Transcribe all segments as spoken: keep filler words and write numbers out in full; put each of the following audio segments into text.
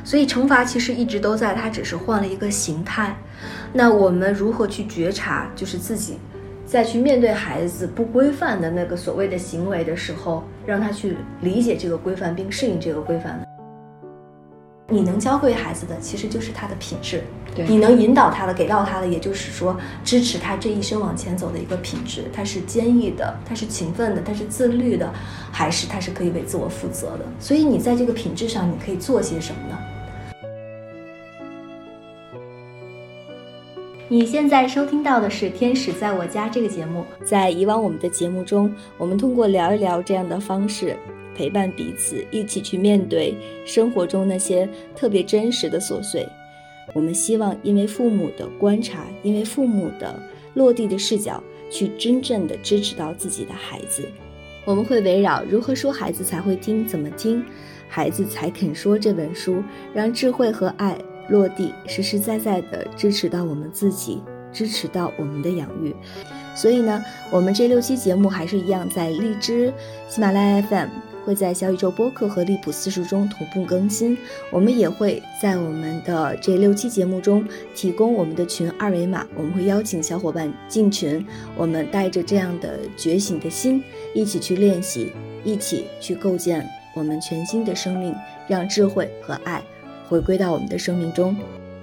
所以惩罚其实一直都在，它只是换了一个形态。那我们如何去觉察，就是自己再去面对孩子不规范的那个所谓的行为的时候，让他去理解这个规范并适应这个规范的。你能教会孩子的其实就是他的品质， 对， 你能引导他的给到他的也就是说支持他这一生往前走的一个品质，他是坚毅的，他是勤奋的，他是自律的，还是他是可以为自我负责的。所以你在这个品质上你可以做些什么呢？你现在收听到的是《天使在我家》这个节目。在以往我们的节目中，我们通过聊一聊这样的方式陪伴彼此，一起去面对生活中那些特别真实的琐碎。我们希望因为父母的观察，因为父母的落地的视角，去真正的支持到自己的孩子。我们会围绕如何说孩子才会听，怎么听孩子才肯说这本书，让智慧和爱落地，实实在在的支持到我们自己，支持到我们的养育。所以呢，我们这六期节目还是一样，在荔枝、喜马拉雅 F M， 会在小宇宙播客和荔普私塾中同步更新。我们也会在我们的这六期节目中提供我们的群二维码，我们会邀请小伙伴进群，我们带着这样的觉醒的心，一起去练习，一起去构建我们全新的生命，让智慧和爱回归到我们的生命中。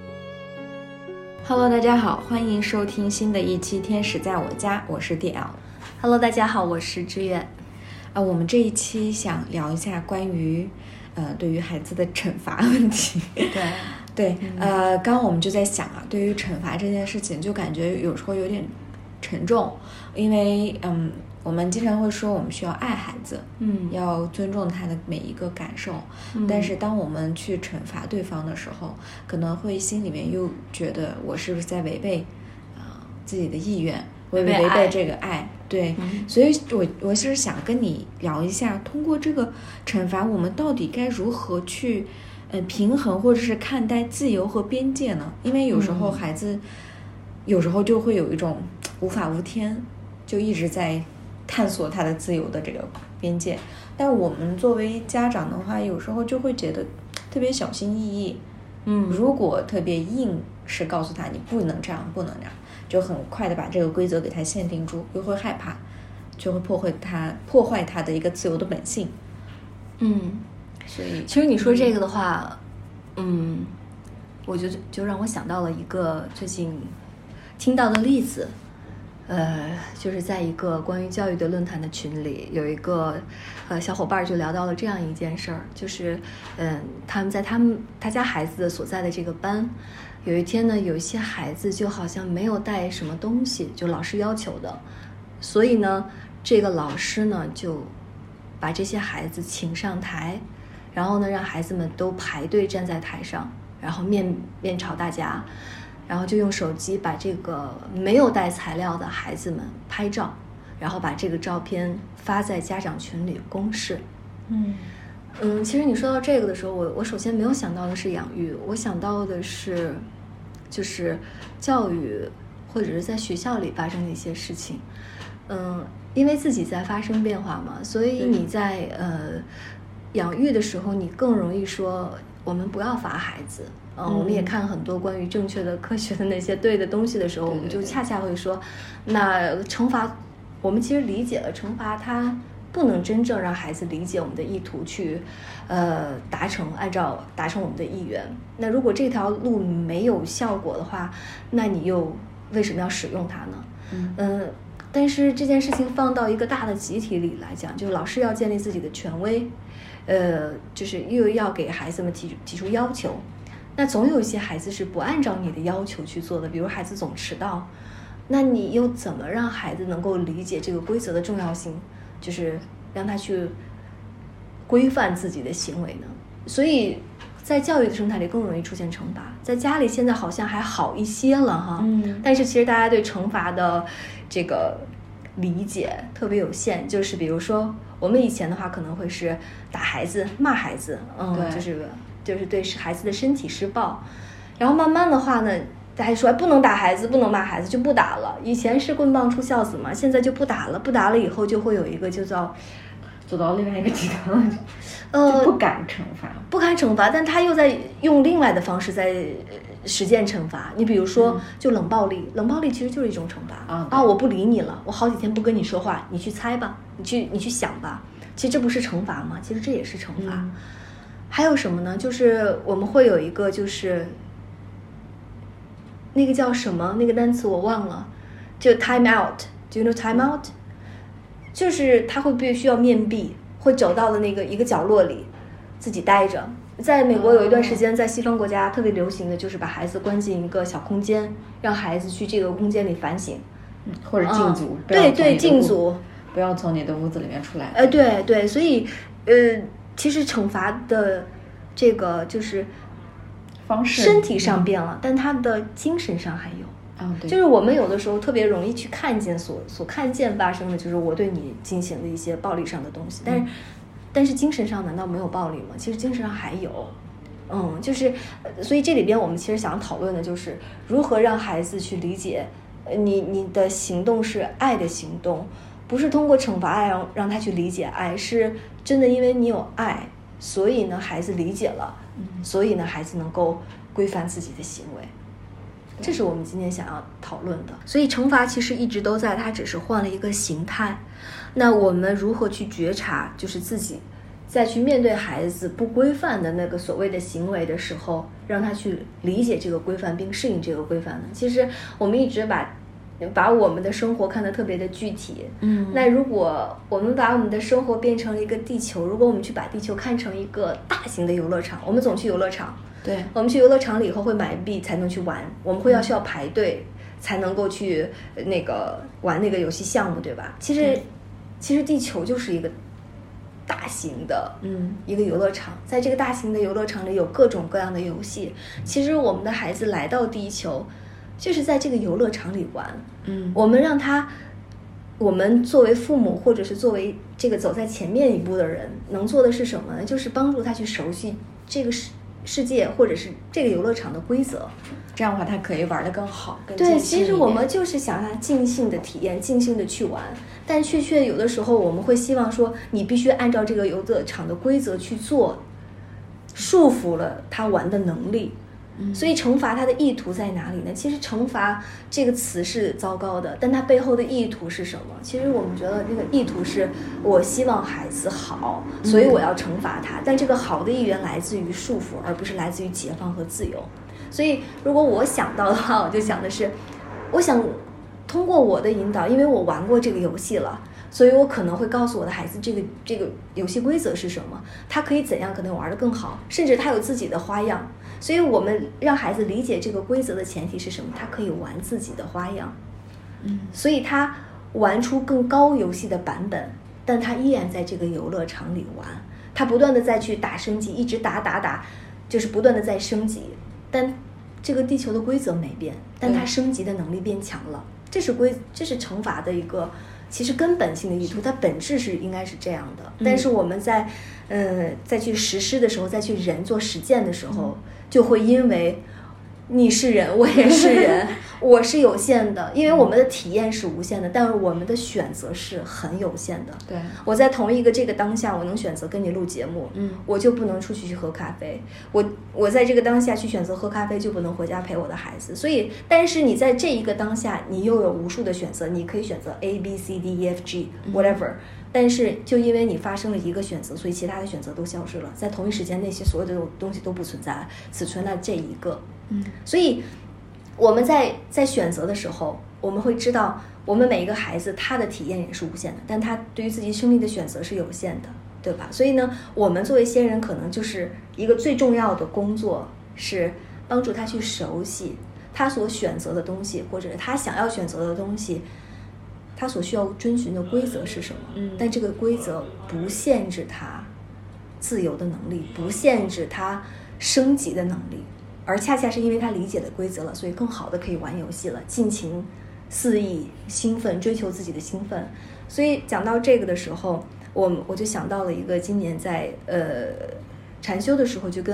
Hello， 大家好，欢迎收听新的一期《天使在我家》，我是 D L。Hello， 大家好，我是知远。 啊，我们这一期想聊一下关于，呃，对于孩子的惩罚问题。 对对，呃，刚刚我们就在想啊，对于惩罚这件事情，就感觉有时候有点沉重，因为嗯。我们经常会说我们需要爱孩子， 嗯， 要尊重他的每一个感受， 嗯， 但是当我们去惩罚对方的时候，可能会心里面又觉得我是不是在违背啊、呃、自己的意愿，违背违背这个爱，对， 嗯， 所以我我是想跟你聊一下，通过这个惩罚，我们到底该如何去呃平衡或者是看待自由和边界呢？因为有时候孩子、嗯、有时候就会有一种无法无天，就一直在探索他的自由的这个边界，但我们作为家长的话，有时候就会觉得特别小心翼翼。 嗯， 如果特别硬是告诉他你不能这样，不能这样，就很快的把这个规则给他限定住，又会害怕，就会破坏他破坏他的一个自由的本性。 嗯， 所以其实你说这个的话，嗯，嗯我就就让我想到了一个最近听到的例子。呃，就是在一个关于教育的论坛的群里，有一个呃小伙伴就聊到了这样一件事儿，就是嗯，他们在他们他家孩子的所在的这个班，有一天呢，有一些孩子就好像没有带什么东西，就老师要求的，所以呢，这个老师呢就把这些孩子请上台，然后呢让孩子们都排队站在台上，然后面面朝大家。然后就用手机把这个没有带材料的孩子们拍照，然后把这个照片发在家长群里公示。 嗯嗯，其实你说到这个的时候，我我首先没有想到的是养育，我想到的是就是教育或者是在学校里发生的一些事情。嗯，因为自己在发生变化嘛，所以你在呃养育的时候，你更容易说我们不要罚孩子。嗯，我们也看很多关于正确的、科学的那些对的东西的时候，我们就恰恰会说，那惩罚，我们其实理解了惩罚，它不能真正让孩子理解我们的意图去，呃，达成按照达成我们的意愿。那如果这条路没有效果的话，那你又为什么要使用它呢？ 嗯。 呃但是这件事情放到一个大的集体里来讲，就是老师要建立自己的权威，呃，就是又要给孩子们提提出要求。那总有一些孩子是不按照你的要求去做的，比如孩子总迟到，那你又怎么让孩子能够理解这个规则的重要性，就是让他去规范自己的行为呢？所以在教育的生态里更容易出现惩罚，在家里现在好像还好一些了哈， 嗯， 但是其实大家对惩罚的这个理解特别有限，就是比如说我们以前的话可能会是打孩子、骂孩子，嗯， 对， 就是就是对孩子的身体施暴，然后慢慢的话呢，大家说不能打孩子，不能骂孩子，就不打了。以前是棍棒出孝子嘛，现在就不打了，不打了以后就会有一个就叫走到另外一个极端了， 呃， 就不敢惩罚， 不敢惩罚，但他又在用另外的方式在实践惩罚。你比如说，嗯、就冷暴力，冷暴力其实就是一种惩罚啊、哦！我不理你了，我好几天不跟你说话，你去猜吧，你去你去想吧。其实这不是惩罚吗？其实这也是惩罚。嗯、还有什么呢？就是我们会有一个，就是那个叫什么那个单词我忘了，就 time out。Do you know time out？、嗯、就是他会必须要面壁，会走到了那个一个角落里，自己待着。在美国有一段时间，在西方国家特别流行的就是把孩子关进一个小空间，让孩子去这个空间里反省， 嗯、或者禁足。 嗯、对对，禁足， 不要从你的屋子里面出来。 呃，对对，所以呃，其实惩罚的这个就是方式， 身体上变了，嗯、但他的精神上还有。 啊、对， 就是我们有的时候特别容易去看见所所看见发生的，就是我对你进行的一些暴力上的东西，但是、嗯、但是精神上难道没有暴力吗？其实精神上还有，嗯，就是所以这里边我们其实想讨论的就是如何让孩子去理解，你你的行动是爱的行动，不是通过惩罚爱让让他去理解爱，是真的因为你有爱，所以呢孩子理解了，嗯、所以呢孩子能够规范自己的行为。这是我们今天想要讨论的。所以惩罚其实一直都在，它只是换了一个形态。那我们如何去觉察，就是自己再去面对孩子不规范的那个所谓的行为的时候，让他去理解这个规范并适应这个规范呢？其实我们一直把把我们的生活看得特别的具体。嗯，那如果我们把我们的生活变成了一个地球，如果我们去把地球看成一个大型的游乐场，我们总去游乐场，对，我们去游乐场里以后会买币才能去玩，我们会要需要排队才能够去那个玩那个游戏项目，对吧？其实其实地球就是一个大型的嗯一个游乐场，在这个大型的游乐场里有各种各样的游戏。其实我们的孩子来到地球就是在这个游乐场里玩，嗯，我们让他，我们作为父母或者是作为这个走在前面一步的人，能做的是什么呢？就是帮助他去熟悉这个世世界或者是这个游乐场的规则， 这样的话他可以玩得更好，更对。其实我们就是想让他尽兴的体验，尽兴的去玩，但却却有的时候我们会希望说，你必须按照这个游乐场的规则去做，束缚了他玩的能力。所以惩罚它的意图在哪里呢？其实惩罚这个词是糟糕的，但它背后的意图是什么？其实我们觉得这个意图是我希望孩子好，所以我要惩罚他，但这个好的意愿来自于束缚，而不是来自于解放和自由。所以如果我想到的话，我就想的是，我想通过我的引导，因为我玩过这个游戏了，所以我可能会告诉我的孩子这个这个游戏规则是什么，他可以怎样可能玩得更好，甚至他有自己的花样。所以我们让孩子理解这个规则的前提是什么？他可以玩自己的花样，嗯，所以他玩出更高游戏的版本，但他依然在这个游乐场里玩，他不断的再去打升级，一直打打打，就是不断的在升级，但这个地球的规则没变，但他升级的能力变强了，这是规，这是惩罚的一个其实根本性的意图，它本质是应该是这样的，但是我们在呃再去实施的时候，再去人做实践的时候，就会因为你是人，我也是人，我是有限的，因为我们的体验是无限的，但是我们的选择是很有限的。对，我在同一个这个当下，我能选择跟你录节目，嗯，我就不能出去去喝咖啡。我我在这个当下去选择喝咖啡，就不能回家陪我的孩子。所以，但是你在这一个当下，你又有无数的选择，你可以选择 A B C D E F G whatever。嗯，但是就因为你发生了一个选择，所以其他的选择都消失了，在同一时间那些所有的东西都不存在，只存在这一个。嗯，所以我们在在选择的时候，我们会知道我们每一个孩子他的体验也是无限的，但他对于自己生命的选择是有限的，对吧？所以呢，我们作为先人可能就是一个最重要的工作是帮助他去熟悉他所选择的东西，或者是他想要选择的东西，他所需要遵循的规则是什么。嗯，但这个规则不限制他自由的能力，不限制他升级的能力，而恰恰是因为他理解的规则了，所以更好的可以玩游戏了，尽情肆意兴奋，追求自己的兴奋。所以讲到这个的时候，我我就想到了一个今年在呃禅修的时候就跟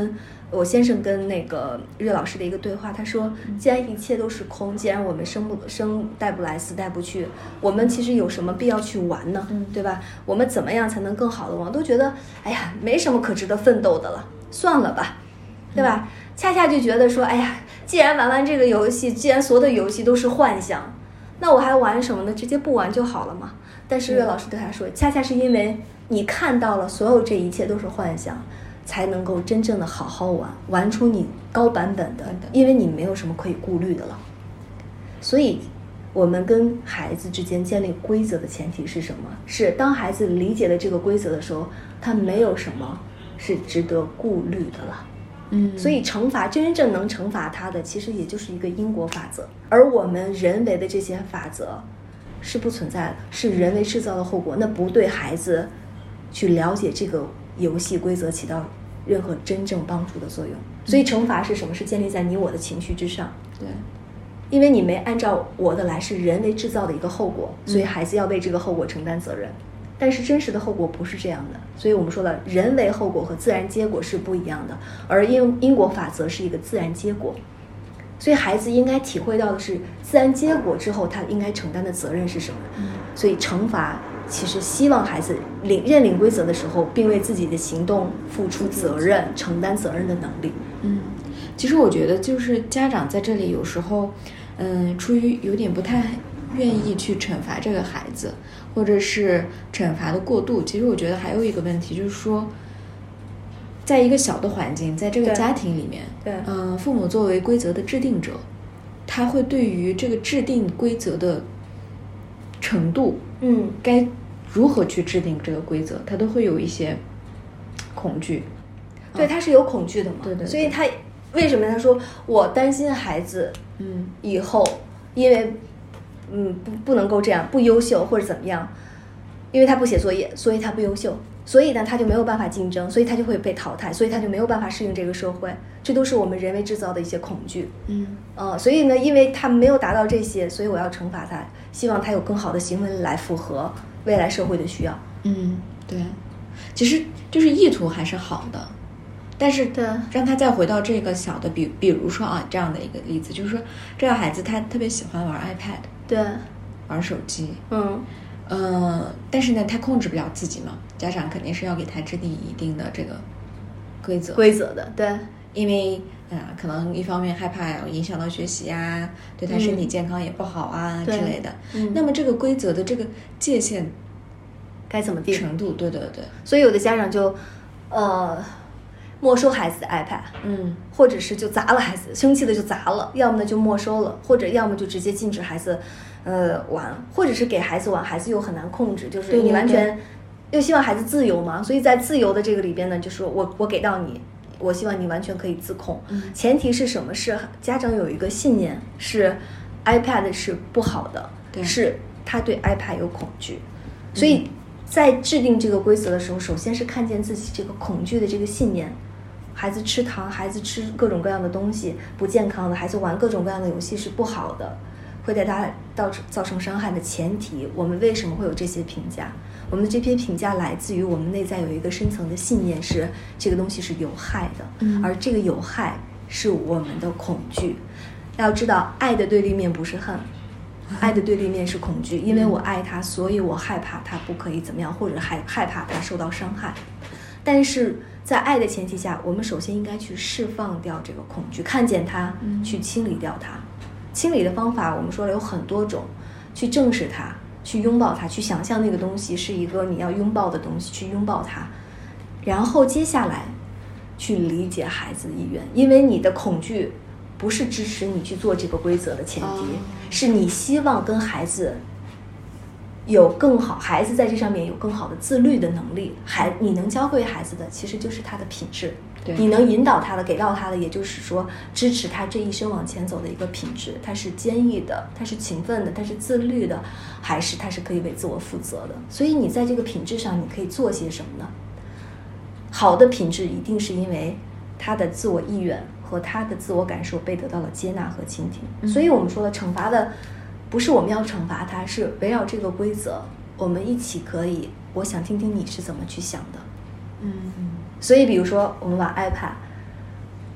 我先生跟那个岳老师的一个对话，他说既然一切都是空，既然我们生不生带不来死带不去，我们其实有什么必要去玩呢？ 嗯， 对吧？我们怎么样才能更好的玩？都觉得哎呀没什么可值得奋斗的了，算了吧，对吧？嗯，恰恰就觉得说，哎呀，既然玩完这个游戏，既然所有的游戏都是幻想，那我还玩什么呢？直接不玩就好了嘛。但是岳老师对他说，恰恰是因为你看到了所有这一切都是幻想，才能够真正的好好玩，玩出你高版本的，因为你没有什么可以顾虑的了。所以我们跟孩子之间建立规则的前提是什么？是当孩子理解了这个规则的时候，他没有什么是值得顾虑的了。 嗯， 所以惩罚真正能惩罚他的，其实也就是一个因果法则，而我们人为的这些法则是不存在的，是人为制造的后果，那不对孩子去了解这个游戏规则起到任何真正帮助的作用。所以惩罚是什么？是建立在你我的情绪之上。 对， 因为你没按照我的来，是人为制造的一个后果，所以孩子要为这个后果承担责任。但是真实的后果不是这样的，所以我们说了，人为后果和自然结果是不一样的，而因因果法则是一个自然结果。所以孩子应该体会到的是自然结果之后他应该承担的责任是什么。所以惩罚其实希望孩子领认领规则的时候，并为自己的行动付出责任，承担责任的能力。 嗯，其实我觉得就是家长在这里有时候嗯，出于有点不太愿意去惩罚这个孩子，或者是惩罚的过度。其实我觉得还有一个问题就是说，在一个小的环境，在这个家庭里面， 对， 嗯、呃，父母作为规则的制定者，他会对于这个制定规则的程度， 嗯， 该如何去制定这个规则，他都会有一些恐惧。 对，他是有恐惧的嘛， 对 对, 对， 所以他为什么他说我担心孩子， 嗯， 以后因为嗯不不能够这样，不优秀或者怎么样，因为他不写作业，所以他不优秀，所以呢他就没有办法竞争，所以他就会被淘汰，所以他就没有办法适应这个社会。这都是我们人为制造的一些恐惧。 嗯， 呃，所以呢，因为他没有达到这些，所以我要惩罚他，希望他有更好的行为来符合未来社会的需要。 嗯，对，其实就是意图还是好的，但是让他再回到这个小的，比比如说啊这样的一个例子，就是说这个孩子他特别喜欢玩 iPad， 对， 玩手机， 嗯， 呃，但是呢他控制不了自己嘛，家长肯定是要给他制定一定的这个规则规则的，对， 因为啊、呃，可能一方面害怕影响到学习啊，对他身体健康也不好啊、嗯、之类的。 嗯， 那么这个规则的这个界限该怎么定？ 程度，对对对。 所以有的家长就，呃，没收孩子的 iPad， 嗯， 或者是就砸了孩子，生气的就砸了，要么呢就没收了，或者要么就直接禁止孩子，呃，玩，或者是给孩子玩，孩子又很难控制，就是你完全。对对对，又希望孩子自由嘛，所以在自由的这个里边呢，就是我我给到你，我希望你完全可以自控。 嗯， 前提是什么？是家长有一个信念，是 iPad 是不好的， 对， 是他对 iPad 有恐惧，所以在制定这个规则的时候，首先是看见自己这个恐惧的这个信念。孩子吃糖，孩子吃各种各样的东西不健康的，孩子玩各种各样的游戏是不好的，会对他造造成伤害的前提，我们为什么会有这些评价？我们的这些评价来自于我们内在有一个深层的信念，是这个东西是有害的， 嗯， 而这个有害是我们的恐惧。要知道，爱的对立面不是恨，爱的对立面是恐惧，因为我爱他，所以我害怕他不可以怎么样，或者害害怕他受到伤害。但是在爱的前提下，我们首先应该去释放掉这个恐惧，看见它，去清理掉它。清理的方法我们说了有很多种，去正视它，去拥抱它，去想象那个东西是一个你要拥抱的东西，去拥抱它，然后接下来去理解孩子的意愿，因为你的恐惧不是支持你去做这个规则的前提，哦，是你希望跟孩子有更好，孩子在这上面有更好的自律的能力，孩你能教会孩子的其实就是他的品质，你能引导他的，给到他的，也就是说支持他这一生往前走的一个品质，他是坚毅的，他是勤奋的，他是自律的，还是他是可以为自我负责的。所以你在这个品质上你可以做些什么呢？好的品质一定是因为他的自我意愿和他的自我感受被得到了接纳和倾听，嗯，所以我们说了，惩罚的不是我们要惩罚他，是围绕这个规则我们一起可以，我想听听你是怎么去想的。 嗯， 所以比如说我们玩 iPad，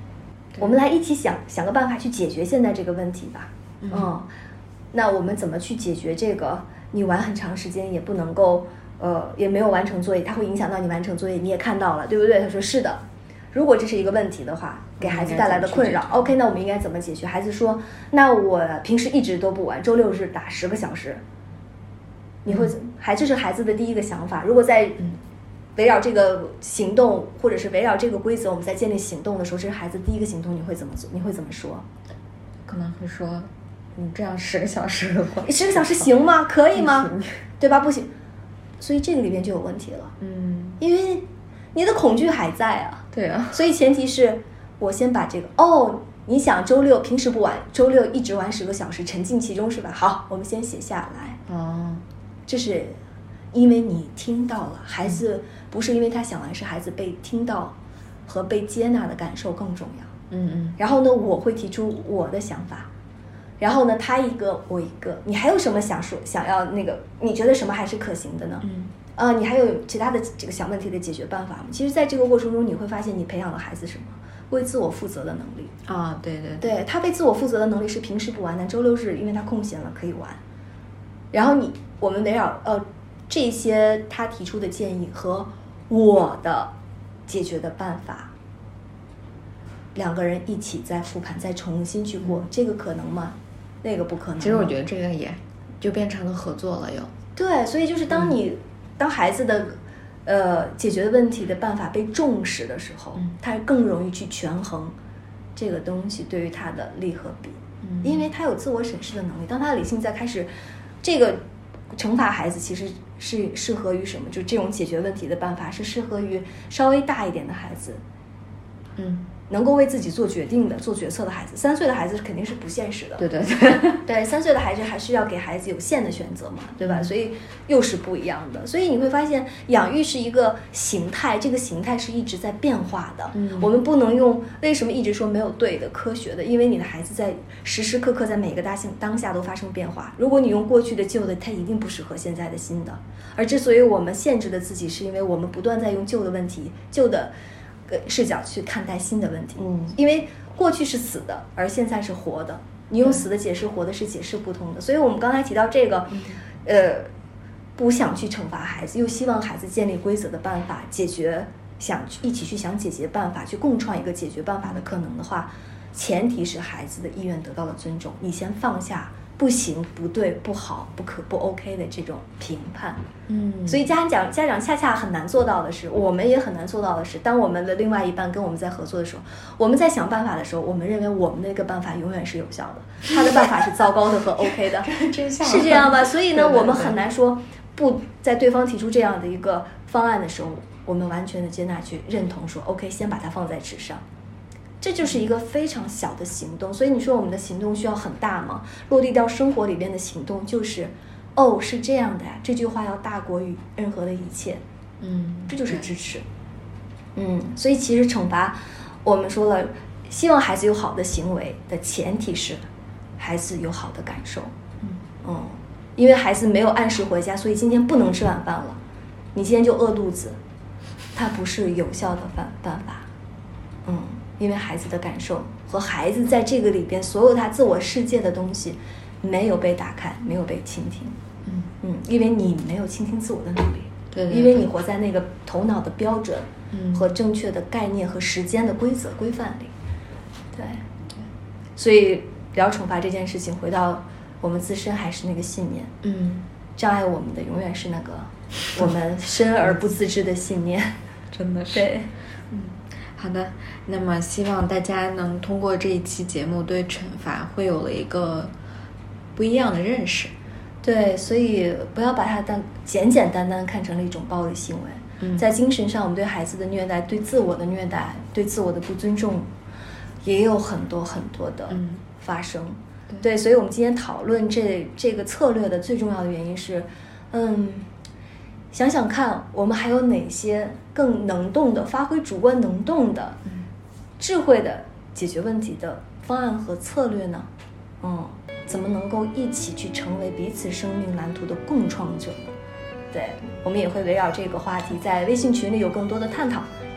我们来一起想想个办法去解决现在这个问题吧。嗯，嗯那我们怎么去解决这个？你玩很长时间也不能够，呃，也没有完成作业，它会影响到你完成作业，你也看到了，对不对？他说是的。如果这是一个问题的话，给孩子带来的困扰 ，OK， 那我们应该怎么解决？孩子说，那我平时一直都不玩，周六日打十个小时。你会，还这是孩子的第一个想法。如果在围绕这个行动，或者是围绕这个规则，我们在建立行动的时候，这是孩子第一个行动，你会怎么做？你会怎么说？ 可能会说，你这样十个小时的话， 十个小时行吗？可以吗？对吧？不行。所以这个里面就有问题了。 嗯， 因为你的恐惧还在啊。 对啊。 所以前提是我先把这个哦，你想周六平时不玩，周六一直玩十个小时，沉浸其中是吧？好，我们先写下来。 哦， 这是因为你听到了，孩子不是因为他想玩，是孩子被听到和被接纳的感受更重要。 嗯嗯。 然后呢，我会提出我的想法，然后呢，他一个我一个，你还有什么想说想要那个？你觉得什么还是可行的呢？ 嗯。 呃，你还有其他的这个小问题的解决办法吗？其实，在这个过程中，你会发现你培养了孩子什么？为自我负责的能力啊，对对对，他为自我负责的能力是平时不玩，但周六日因为他空闲了可以玩。然后你我们围绕呃这些他提出的建议和我的解决的办法，两个人一起再复盘，再重新去过，嗯、这个可能吗？那个不可能。 其实我觉得这个也就变成了合作了，又对，所以就是当你、嗯、当孩子的。呃，解决问题的办法被重视的时候，嗯、他更容易去权衡这个东西对于他的利和弊，嗯、因为他有自我审视的能力。当他的理性在开始，这个惩罚孩子其实是适合于什么？就这种解决问题的办法是适合于稍微大一点的孩子，嗯，能够为自己做决定的、做决策的孩子。三岁的孩子肯定是不现实的， 对对对， 对，三岁的孩子还是要给孩子有限的选择嘛，对吧？所以又是不一样的。所以你会发现，养育是一个形态，这个形态是一直在变化的。嗯，我们不能用为什么一直说没有对的、科学的，因为你的孩子在时时刻刻在每个大性当下都发生变化。如果你用过去的旧的，它一定不适合现在的新的。而之所以我们限制了自己，是因为我们不断在用旧的问题、旧的视角去看待新的问题。嗯，因为过去是死的，而现在是活的。你用死的解释活的是解释不通的。所以我们刚才提到这个，呃，不想去惩罚孩子，又希望孩子建立规则的办法，解决想一起去想解决办法，去共创一个解决办法的可能的话，前提是孩子的意愿得到了尊重。你先放下不行、不对、不好、不可、不 OK 的这种评判。嗯，所以家长家长恰恰很难做到的是，我们也很难做到的是，当我们的另外一半跟我们在合作的时候，我们在想办法的时候，我们认为我们那个办法永远是有效的，他的办法是糟糕的和 OK 的， 真像是这样吧？所以呢，对对对，我们很难说不在对方提出这样的一个方案的时候，我们完全的接纳去认同说 OK， 先把它放在纸上。这就是一个非常小的行动，所以你说我们的行动需要很大吗？落地到生活里边的行动就是哦，是这样的呀，这句话要大过于任何的一切。嗯，这就是支持。嗯，所以其实惩罚我们说了，希望孩子有好的行为的前提是孩子有好的感受。嗯嗯，因为孩子没有按时回家，所以今天不能吃晚饭了，你今天就饿肚子，它不是有效的办办法。嗯，因为孩子的感受和孩子在这个里边所有他自我世界的东西没有被打开，没有被倾听。嗯嗯，因为你没有倾听自我的能力。对, 对, 对，因为你活在那个头脑的标准和正确的概念和时间的规则规范里。对，所以聊惩罚这件事情，回到我们自身还是那个信念。嗯，障碍我们的永远是那个我们深而不自知的信念。 真的是。 对， 嗯。好的，那么希望大家能通过这一期节目对惩罚会有了一个不一样的认识。 对，所以不要把它当简简单单看成了一种暴力行为。嗯，在精神上，我们对孩子的虐待、对自我的虐待、对自我的不尊重，也有很多很多的发生。嗯、对, 对，所以我们今天讨论这这个策略的最重要的原因是，嗯。想想看，我们还有哪些更能动的、发挥主观能动的、嗯、智慧的解决问题的方案和策略呢？嗯，怎么能够一起去成为彼此生命蓝图的共创者？对，我们也会围绕这个话题在微信群里有更多的探讨。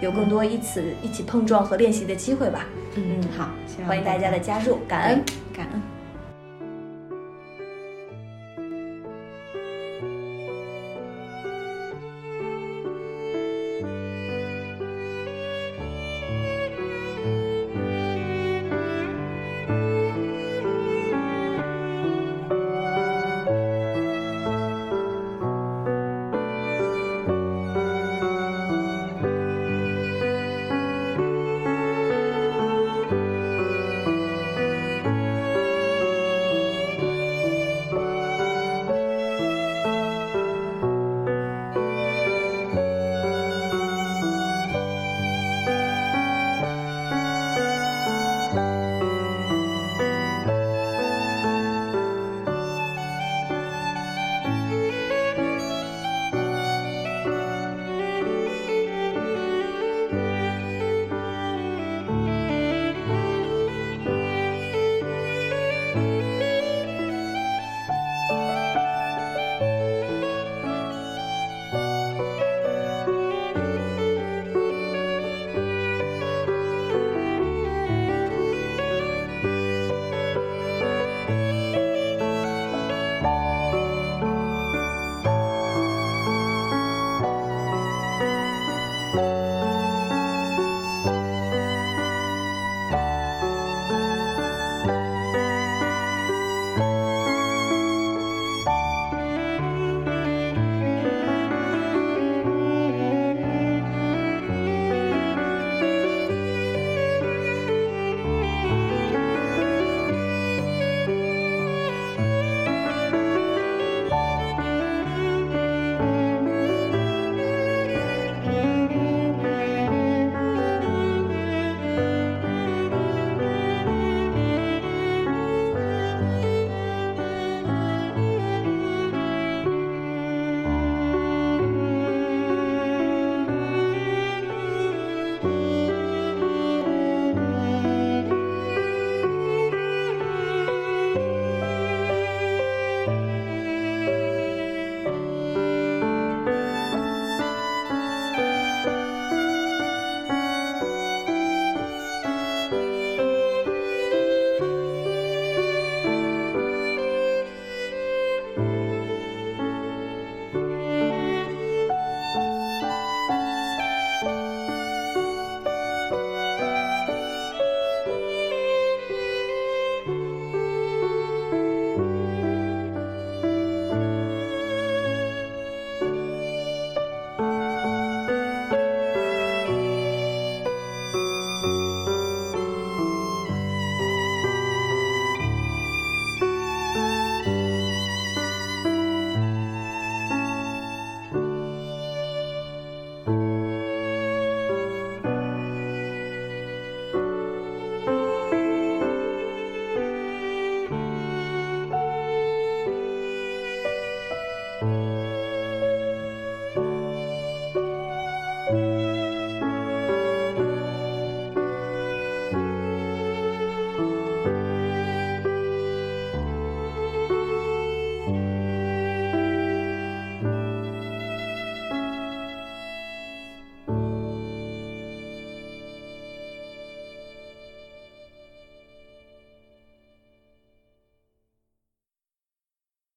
有更多一起一起碰撞和练习的机会吧。 嗯，好， 欢迎大家的加入，感恩， 感恩。